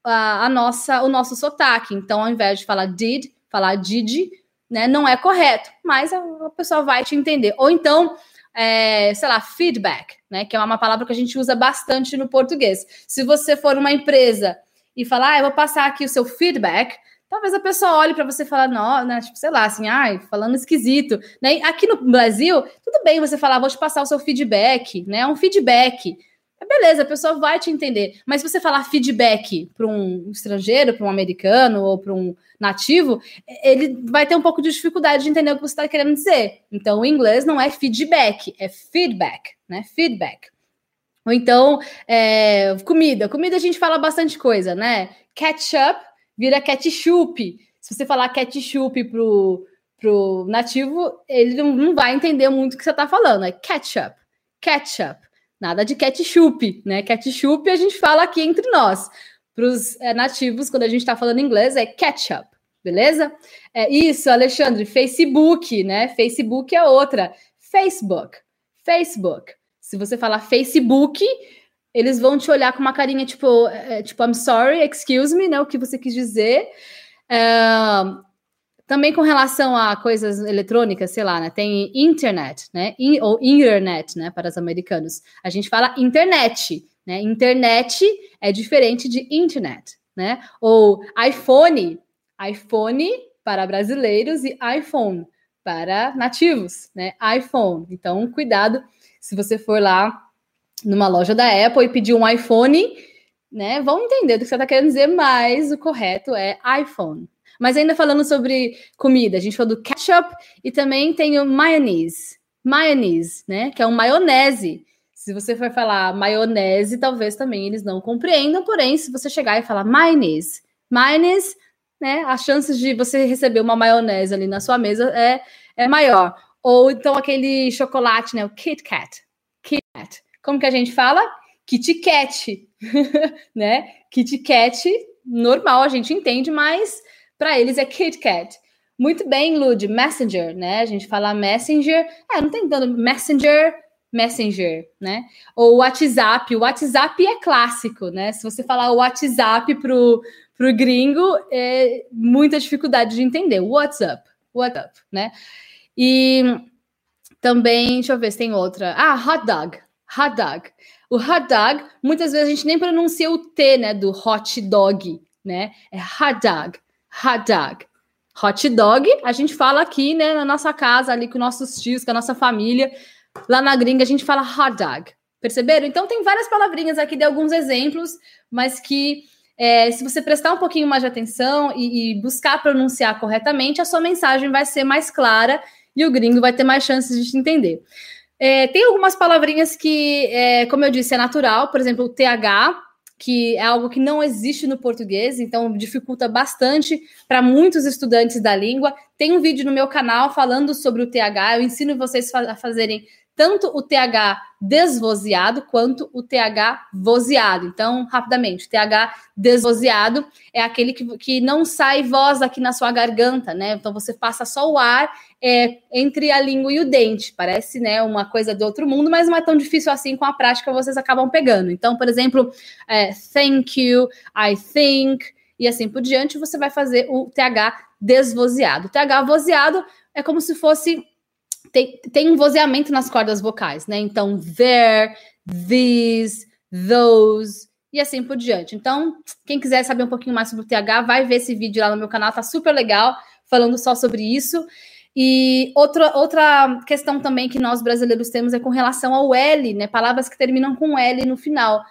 o nosso sotaque. Então, ao invés de falar did, falar did, né, não é correto, mas a pessoa vai te entender. Ou então, sei lá, feedback, né, que é uma palavra que a gente usa bastante no português. Se você for uma empresa e falar, eu vou passar aqui o seu feedback, talvez a pessoa olhe para você e fale, não, né, tipo, sei lá, assim, falando esquisito. Né? Aqui no Brasil, tudo bem você falar, vou te passar o seu feedback, né, um feedback. Beleza, a pessoa vai te entender. Mas se você falar feedback para um estrangeiro, para um americano ou para um nativo, ele vai ter um pouco de dificuldade de entender o que você está querendo dizer. Então, o inglês não é feedback, é feedback, né? Feedback. Ou então, comida. Comida a gente fala bastante coisa, né? Ketchup vira ketchup. Se você falar ketchup pro nativo, ele não vai entender muito o que você está falando. É ketchup, ketchup. Nada de ketchup, né? Ketchup a gente fala aqui entre nós. Para os nativos, quando a gente está falando inglês, é ketchup, beleza? Isso, Alexandre, Facebook, né? Facebook é outra. Facebook. Se você falar Facebook, eles vão te olhar com uma carinha tipo, I'm sorry, excuse me, né? O que você quis dizer. Também com relação a coisas eletrônicas, sei lá, né? Tem internet, né? Ou internet, né? Para os americanos. A gente fala internet, né? Internet é diferente de internet, né? Ou iPhone para brasileiros e iPhone para nativos, né? iPhone. Então, cuidado se você for lá numa loja da Apple e pedir um iPhone, né, vão entender do que você está querendo dizer, mas o correto é iPhone. Mas ainda falando sobre comida, a gente falou do ketchup e também tem o mayonnaise. Mayonnaise, né, que é um maionese. Se você for falar maionese, talvez também eles não compreendam, porém, se você chegar e falar mayonnaise, né, as chances de você receber uma maionese ali na sua mesa é maior. Ou então aquele chocolate, né, o Kit Kat. Kit Kat. Como que a gente fala? Kit Kat, né? Kit Kat, normal, a gente entende, mas para eles é Kit Kat. Muito bem, Lud, Messenger, né? A gente fala Messenger, não tem tanto Messenger, né? Ou WhatsApp. O WhatsApp é clássico, né? Se você falar o WhatsApp pro gringo, é muita dificuldade de entender. WhatsApp, né? E também, deixa eu ver se tem outra. Hot dog. O hot dog, muitas vezes a gente nem pronuncia o T, né, do hot dog, né? É hot dog. Hot dog, a gente fala aqui, né, na nossa casa, ali com nossos tios, com a nossa família. Lá na gringa, a gente fala hot dog. Perceberam? Então, tem várias palavrinhas aqui, de alguns exemplos, mas que, se você prestar um pouquinho mais de atenção e buscar pronunciar corretamente, a sua mensagem vai ser mais clara e o gringo vai ter mais chances de te entender. Tem algumas palavrinhas que, como eu disse, é natural. Por exemplo, o TH, que é algo que não existe no português, então dificulta bastante para muitos estudantes da língua. Tem um vídeo no meu canal falando sobre o TH. Eu ensino vocês a fazerem tanto o TH desvozeado quanto o TH vozeado. Então, rapidamente, o TH desvozeado é aquele que não sai voz aqui na sua garganta, né? Então, você passa só o ar entre a língua e o dente. Parece, né, uma coisa do outro mundo, mas não é tão difícil assim. Com a prática, vocês acabam pegando. Então, por exemplo, thank you, I think, e assim por diante, você vai fazer o TH desvozeado. O TH vozeado é como se fosse... Tem um vozeamento nas cordas vocais, né? Então, there, these, those, e assim por diante. Então, quem quiser saber um pouquinho mais sobre o TH, vai ver esse vídeo lá no meu canal, tá super legal, falando só sobre isso. E outra questão também que nós brasileiros temos é com relação ao L, né? Palavras que terminam com L no final.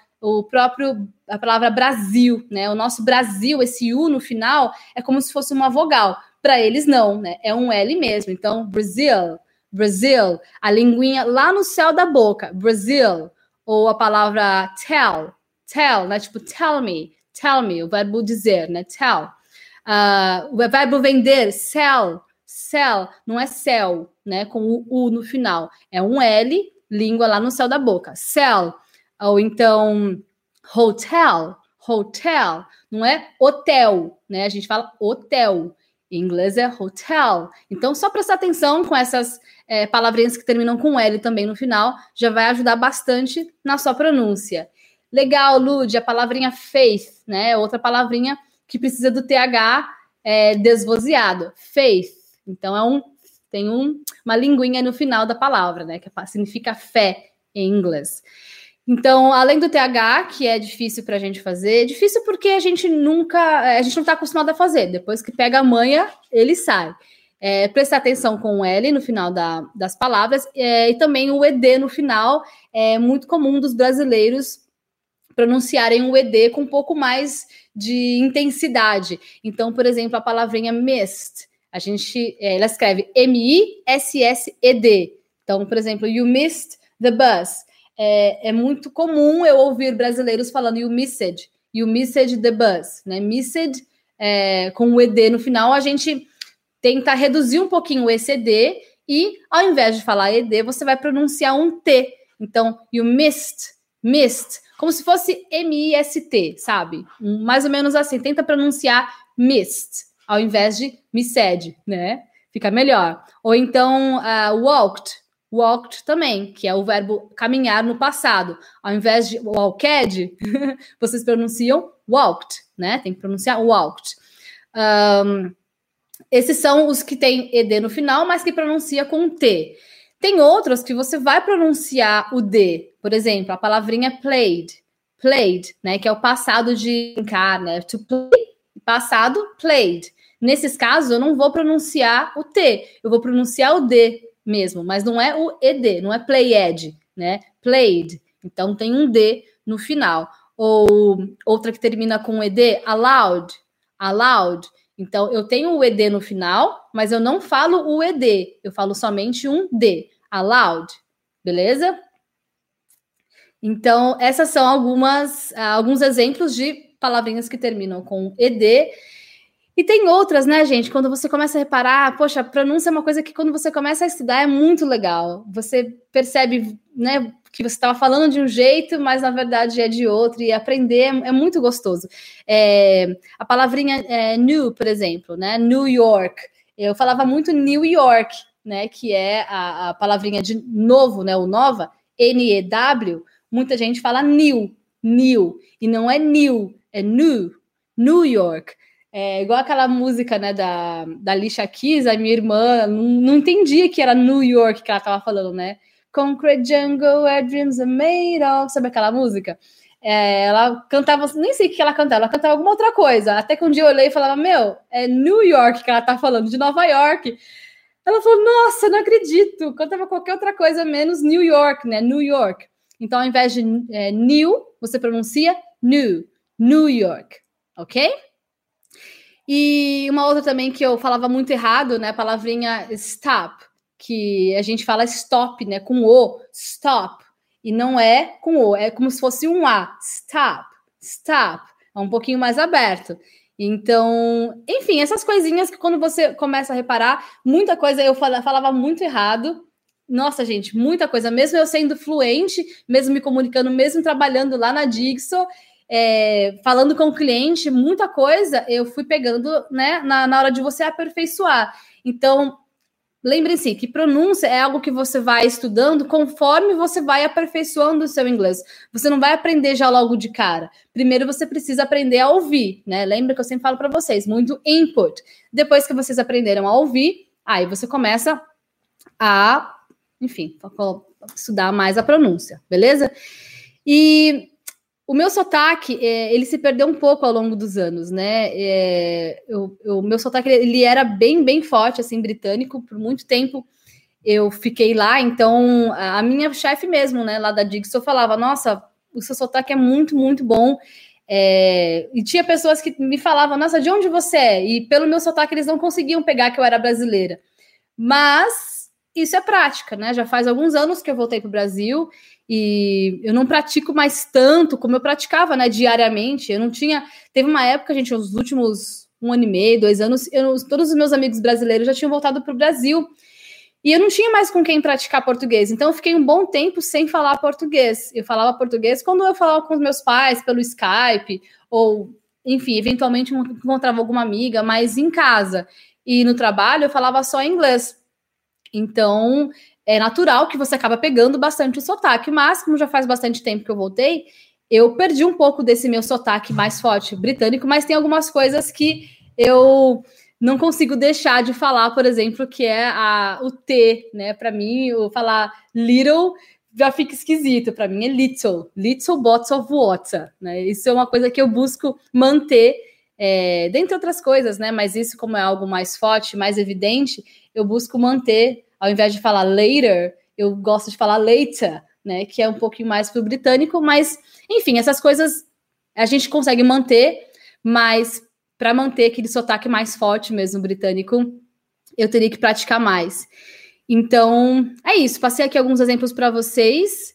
A palavra Brasil, né? O nosso Brasil, esse U no final, é como se fosse uma vogal. Para eles, não, né? É um L mesmo. Então, Brazil, a linguinha lá no céu da boca, Brazil, ou a palavra tell, né? Tipo, tell me, o verbo dizer, né? Tell. O verbo vender, sell, não é céu, né? Com o U no final. É um L, língua lá no céu da boca. Sell. Ou então, hotel, não é hotel, né? A gente fala hotel. Em inglês é hotel. Então, só prestar atenção com essas palavrinhas que terminam com L também no final, já vai ajudar bastante na sua pronúncia. Legal, Lud, a palavrinha faith, né? Outra palavrinha que precisa do TH desvozeado. Faith. Então, tem uma linguinha no final da palavra, né? Que significa fé em inglês. Então, além do TH, que é difícil para a gente fazer, difícil porque a gente não está acostumado a fazer. Depois que pega a manha, ele sai. Prestar atenção com o L no final das palavras e também o ED no final. É muito comum dos brasileiros pronunciarem o ED com um pouco mais de intensidade. Então, por exemplo, a palavrinha missed, ela escreve M-I-S-S-E-D. Então, por exemplo, you missed the bus. É muito comum eu ouvir brasileiros falando you missed the bus, né? Missed com o ED no final, a gente tenta reduzir um pouquinho esse ED e, ao invés de falar ED, você vai pronunciar um T. Então, you missed, como se fosse M-I-S-T, sabe? Mais ou menos assim, tenta pronunciar missed, ao invés de missed, né? Fica melhor. Ou então, walked também, que é o verbo caminhar no passado. Ao invés de walked, vocês pronunciam walked, né? Tem que pronunciar walked. Esses são os que têm ED no final, mas que pronuncia com T. Tem outros que você vai pronunciar o D. Por exemplo, a palavrinha played, né? Que é o passado de brincar, né? To play, passado, played. Nesses casos, eu não vou pronunciar o T, eu vou pronunciar o D mesmo, mas não é o ED, não é played, né? Played. Então tem um D no final. Ou outra que termina com ED, allowed, allowed. Então, eu tenho o ED no final, mas eu não falo o ED, eu falo somente um D, allowed, beleza? Então, essas são alguns exemplos de palavrinhas que terminam com ED. E tem outras, né, gente? Quando você começa a reparar, poxa, a pronúncia é uma coisa que quando você começa a estudar é muito legal. Você percebe, né, que você estava falando de um jeito, mas na verdade é de outro, e aprender é muito gostoso. A palavrinha new, por exemplo, né? New York. Eu falava muito New York, né? Que é a palavrinha de novo, né? O nova, N-E-W. Muita gente fala new, e não é new, é New York. É igual aquela música, né, da Alicia Keys, a minha irmã não entendia que era New York que ela estava falando, né? Concrete Jungle, where dreams are made of. Sabe aquela música? Ela cantava, nem sei o que ela cantava alguma outra coisa. Até que um dia eu olhei e falava, meu, é New York que ela tá falando, de Nova York. Ela falou, nossa, não acredito. Cantava qualquer outra coisa menos New York, né? New York. Então, ao invés de new, você pronuncia New York, ok? E uma outra também que eu falava muito errado, né? A palavrinha stop, que a gente fala stop, né? Com o, stop. E não é com o, é como se fosse um A. Stop. É um pouquinho mais aberto. Então, enfim, essas coisinhas que quando você começa a reparar, muita coisa eu falava muito errado. Nossa, gente, muita coisa. Mesmo eu sendo fluente, mesmo me comunicando, mesmo trabalhando lá na Dixo, falando com o cliente, muita coisa eu fui pegando, né, na hora de você aperfeiçoar. Então, lembre-se que pronúncia é algo que você vai estudando conforme você vai aperfeiçoando o seu inglês. Você não vai aprender já logo de cara. Primeiro você precisa aprender a ouvir, né? Lembra que eu sempre falo para vocês, muito input. Depois que vocês aprenderam a ouvir, aí você começa a, enfim, estudar mais a pronúncia, beleza? E o meu sotaque, ele se perdeu um pouco ao longo dos anos, né? O meu sotaque, ele era bem, bem forte, assim, britânico. Por muito tempo eu fiquei lá, então a minha chefe mesmo, né, lá da Dixon, falava, nossa, o seu sotaque é muito, muito bom. E tinha pessoas que me falavam, nossa, de onde você é? E pelo meu sotaque eles não conseguiam pegar que eu era brasileira. Mas isso é prática, né? Já faz alguns anos que eu voltei para o Brasil e eu não pratico mais tanto como eu praticava, né, diariamente. Eu não tinha... Teve uma época, gente, os últimos 1 ano e meio, 2 anos, todos os meus amigos brasileiros já tinham voltado para o Brasil e eu não tinha mais com quem praticar português. Então eu fiquei um bom tempo sem falar português. Eu falava português quando eu falava com os meus pais pelo Skype ou, enfim, eventualmente encontrava alguma amiga, mas em casa e no trabalho eu falava só inglês. Então, é natural que você acaba pegando bastante o sotaque, mas como já faz bastante tempo que eu voltei, eu perdi um pouco desse meu sotaque mais forte britânico, mas tem algumas coisas que eu não consigo deixar de falar, por exemplo, que é o T, né? Para mim, eu falar little já fica esquisito. Para mim é little bottles of water, né? Isso é uma coisa que eu busco manter, dentre outras coisas, né? Mas isso, como é algo mais forte, mais evidente, eu busco manter, ao invés de falar later, eu gosto de falar later, né? Que é um pouquinho mais pro britânico, mas, enfim, essas coisas a gente consegue manter, mas para manter aquele sotaque mais forte mesmo britânico, eu teria que praticar mais. Então, é isso. Passei aqui alguns exemplos para vocês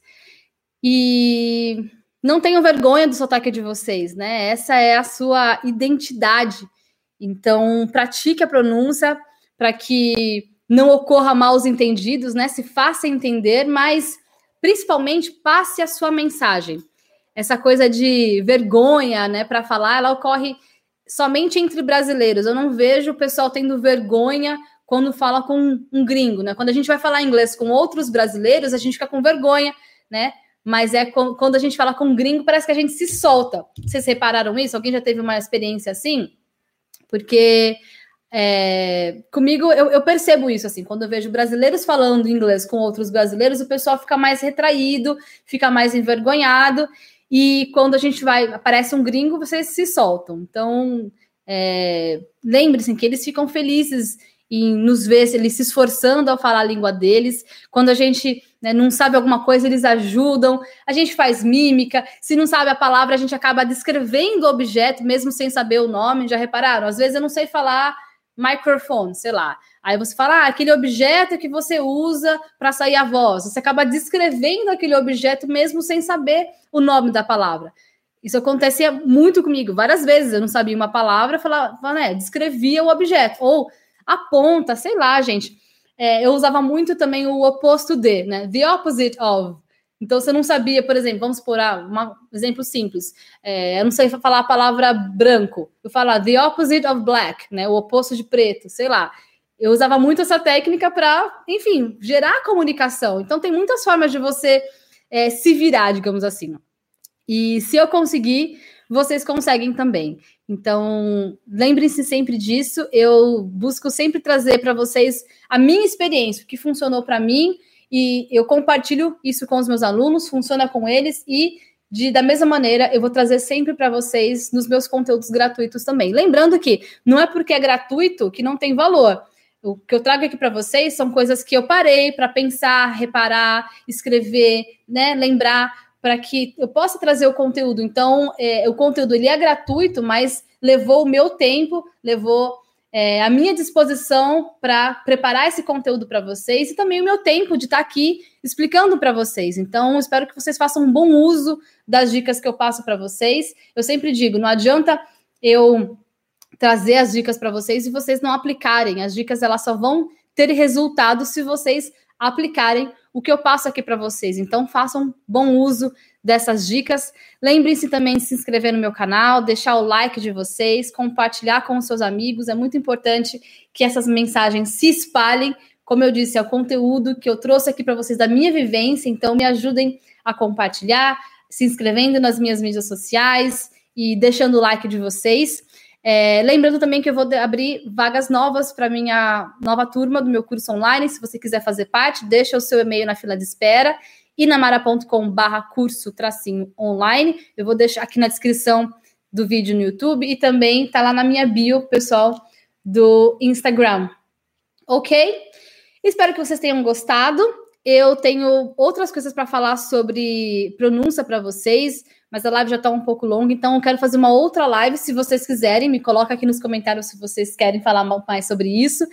e não tenham vergonha do sotaque de vocês, né? Essa é a sua identidade. Então, pratique a pronúncia para que não ocorra maus entendidos, né? Se faça entender, mas principalmente passe a sua mensagem. Essa coisa de vergonha, né, para falar, ela ocorre somente entre brasileiros. Eu não vejo o pessoal tendo vergonha quando fala com um gringo, né? Quando a gente vai falar inglês com outros brasileiros, a gente fica com vergonha, né? Mas quando a gente fala com um gringo, parece que a gente se solta. Vocês repararam isso? Alguém já teve uma experiência assim? Porque comigo, eu percebo isso, assim, quando eu vejo brasileiros falando inglês com outros brasileiros, o pessoal fica mais retraído, fica mais envergonhado, e quando a gente aparece um gringo, vocês se soltam. Então, lembre-se que eles ficam felizes em nos ver eles se esforçando ao falar a língua deles. Quando a gente, né, não sabe alguma coisa, eles ajudam. A gente faz mímica. Se não sabe a palavra, a gente acaba descrevendo o objeto, mesmo sem saber o nome. Já repararam? Às vezes eu não sei falar microfone, sei lá. Aí você fala, aquele objeto que você usa para sair a voz. Você acaba descrevendo aquele objeto mesmo sem saber o nome da palavra. Isso acontecia muito comigo, várias vezes. Eu não sabia uma palavra, falava, né, descrevia o objeto. Ou a ponta, sei lá, gente. Eu usava muito também o oposto de, né? The opposite of. Então, você não sabia, por exemplo, vamos por um exemplo simples. Eu não sei falar a palavra branco. Eu falo the opposite of black, né? O oposto de preto, sei lá. Eu usava muito essa técnica para, enfim, gerar comunicação. Então, tem muitas formas de você se virar, digamos assim. E se eu conseguir, vocês conseguem também. Então, lembrem-se sempre disso. Eu busco sempre trazer para vocês a minha experiência, o que funcionou para mim, e eu compartilho isso com os meus alunos, funciona com eles, e da mesma maneira eu vou trazer sempre para vocês nos meus conteúdos gratuitos também. Lembrando que não é porque é gratuito que não tem valor. O que eu trago aqui para vocês são coisas que eu parei para pensar, reparar, escrever, né, lembrar, para que eu possa trazer o conteúdo. Então, o conteúdo ele é gratuito, mas levou o meu tempo, levou a minha disposição para preparar esse conteúdo para vocês e também o meu tempo de estar aqui explicando para vocês. Então, espero que vocês façam um bom uso das dicas que eu passo para vocês. Eu sempre digo, não adianta eu trazer as dicas para vocês e vocês não aplicarem. As dicas elas só vão ter resultado se vocês aplicarem o que eu passo aqui para vocês. Então, façam bom uso dessas dicas. Lembrem-se também de se inscrever no meu canal, deixar o like de vocês, compartilhar com os seus amigos. É muito importante que essas mensagens se espalhem. Como eu disse, é o conteúdo que eu trouxe aqui para vocês da minha vivência. Então, me ajudem a compartilhar, se inscrevendo nas minhas mídias sociais e deixando o like de vocês. Lembrando também que eu vou abrir vagas novas para a minha nova turma do meu curso online. Se você quiser fazer parte, deixa o seu e-mail na fila de espera. inamara.com/curso-online. Eu vou deixar aqui na descrição do vídeo no YouTube e também tá lá na minha bio, pessoal, do Instagram. Ok? Espero que vocês tenham gostado. Eu tenho outras coisas para falar sobre pronúncia para vocês, mas a live já está um pouco longa, então eu quero fazer uma outra live, se vocês quiserem. Me coloca aqui nos comentários se vocês querem falar mais sobre isso.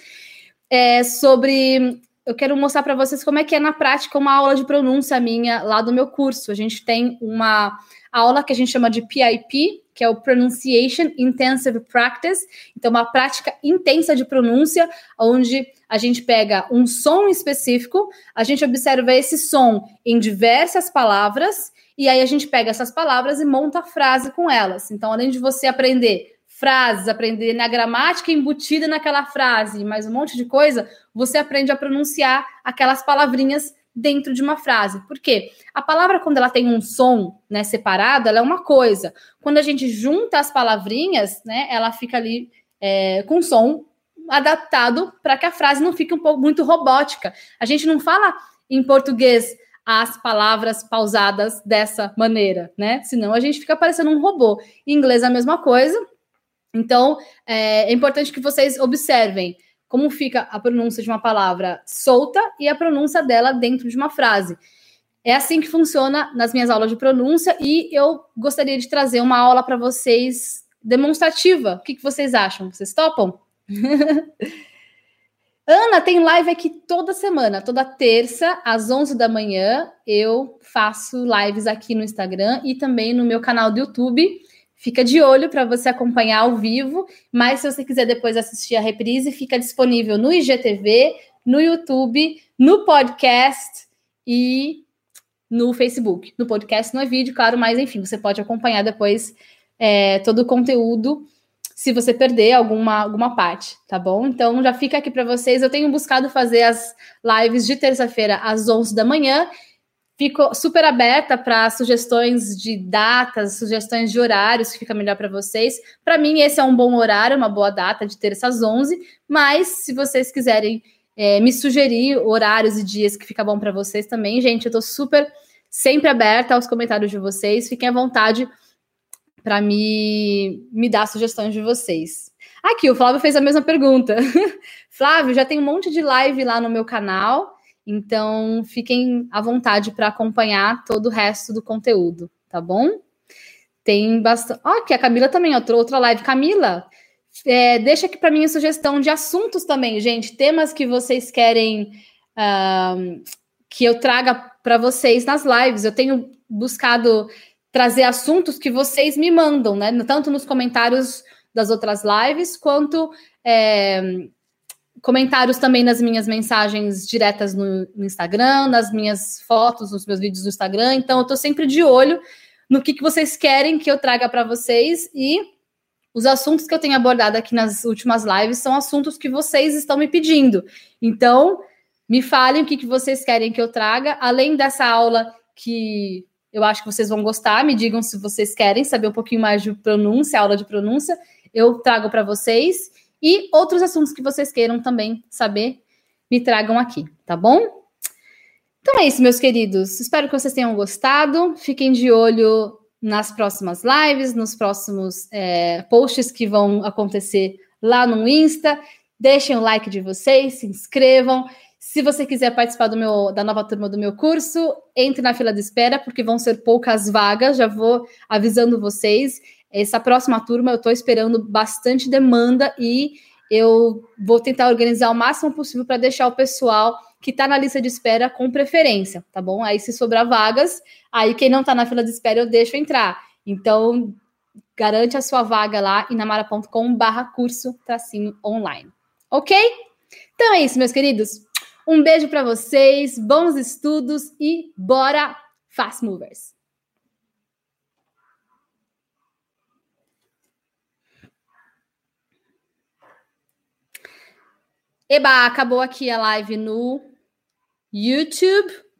Eu quero mostrar para vocês como é que é na prática uma aula de pronúncia minha lá do meu curso. A gente tem uma aula que a gente chama de PIP, que é o Pronunciation Intensive Practice. Então, uma prática intensa de pronúncia, onde a gente pega um som específico, a gente observa esse som em diversas palavras, e aí a gente pega essas palavras e monta a frase com elas. Então, além de você aprender frases, aprender na gramática embutida naquela frase, mais um monte de coisa, você aprende a pronunciar aquelas palavrinhas dentro de uma frase. Por quê? A palavra, quando ela tem um som, né, separado, ela é uma coisa. Quando a gente junta as palavrinhas, né, ela fica ali com um som adaptado para que a frase não fique um pouco muito robótica. A gente não fala em português as palavras pausadas dessa maneira, né? Senão a gente fica parecendo um robô. Em inglês é a mesma coisa. Então, é importante que vocês observem como fica a pronúncia de uma palavra solta e a pronúncia dela dentro de uma frase. É assim que funciona nas minhas aulas de pronúncia e eu gostaria de trazer uma aula para vocês demonstrativa. O que vocês acham? Vocês topam? Ana, tem live aqui toda semana, toda terça, às 11 da manhã. Eu faço lives aqui no Instagram e também no meu canal do YouTube. Fica de olho para você acompanhar ao vivo, mas se você quiser depois assistir a reprise, fica disponível no IGTV, no YouTube, no podcast e no Facebook. No podcast não é vídeo, claro, mas enfim, você pode acompanhar depois todo o conteúdo se você perder alguma parte, tá bom? Então já fica aqui para vocês. Eu tenho buscado fazer as lives de terça-feira às 11 da manhã. Fico super aberta para sugestões de datas, sugestões de horários que fica melhor para vocês. Para mim, esse é um bom horário, uma boa data de terça às 11. Mas, se vocês quiserem me sugerir horários e dias que fica bom para vocês também, gente, eu estou sempre aberta aos comentários de vocês. Fiquem à vontade para me dar sugestões de vocês. Aqui, o Flávio fez a mesma pergunta. Flávio, já tem um monte de live lá no meu canal, então fiquem à vontade para acompanhar todo o resto do conteúdo, tá bom? Tem bastante. Ó, aqui a Camila também, outra live. Camila, deixa aqui para mim a sugestão de assuntos também, gente. Temas que vocês querem que eu traga para vocês nas lives. Eu tenho buscado trazer assuntos que vocês me mandam, né? Tanto nos comentários das outras lives, quanto comentários também nas minhas mensagens diretas no Instagram, nas minhas fotos, nos meus vídeos no Instagram. Então, eu estou sempre de olho no que vocês querem que eu traga para vocês, e os assuntos que eu tenho abordado aqui nas últimas lives são assuntos que vocês estão me pedindo. Então, me falem o que vocês querem que eu traga, além dessa aula que eu acho que vocês vão gostar. Me digam se vocês querem saber um pouquinho mais de pronúncia, aula de pronúncia, eu trago para vocês. E outros assuntos que vocês queiram também saber, me tragam aqui, tá bom? Então é isso, meus queridos. Espero que vocês tenham gostado. Fiquem de olho nas próximas lives, nos próximos posts que vão acontecer lá no Insta. Deixem o like de vocês, se inscrevam. Se você quiser participar da nova turma do meu curso, entre na fila de espera, porque vão ser poucas vagas, já vou avisando vocês. Essa próxima turma eu estou esperando bastante demanda e eu vou tentar organizar o máximo possível para deixar o pessoal que está na lista de espera com preferência, tá bom? Aí, se sobrar vagas, aí quem não está na fila de espera eu deixo entrar. Então, garante a sua vaga lá, inamara.com/curso-online. Ok? Então é isso, meus queridos. Um beijo para vocês, bons estudos e bora, Fast Movers! Eba, acabou aqui a live no YouTube.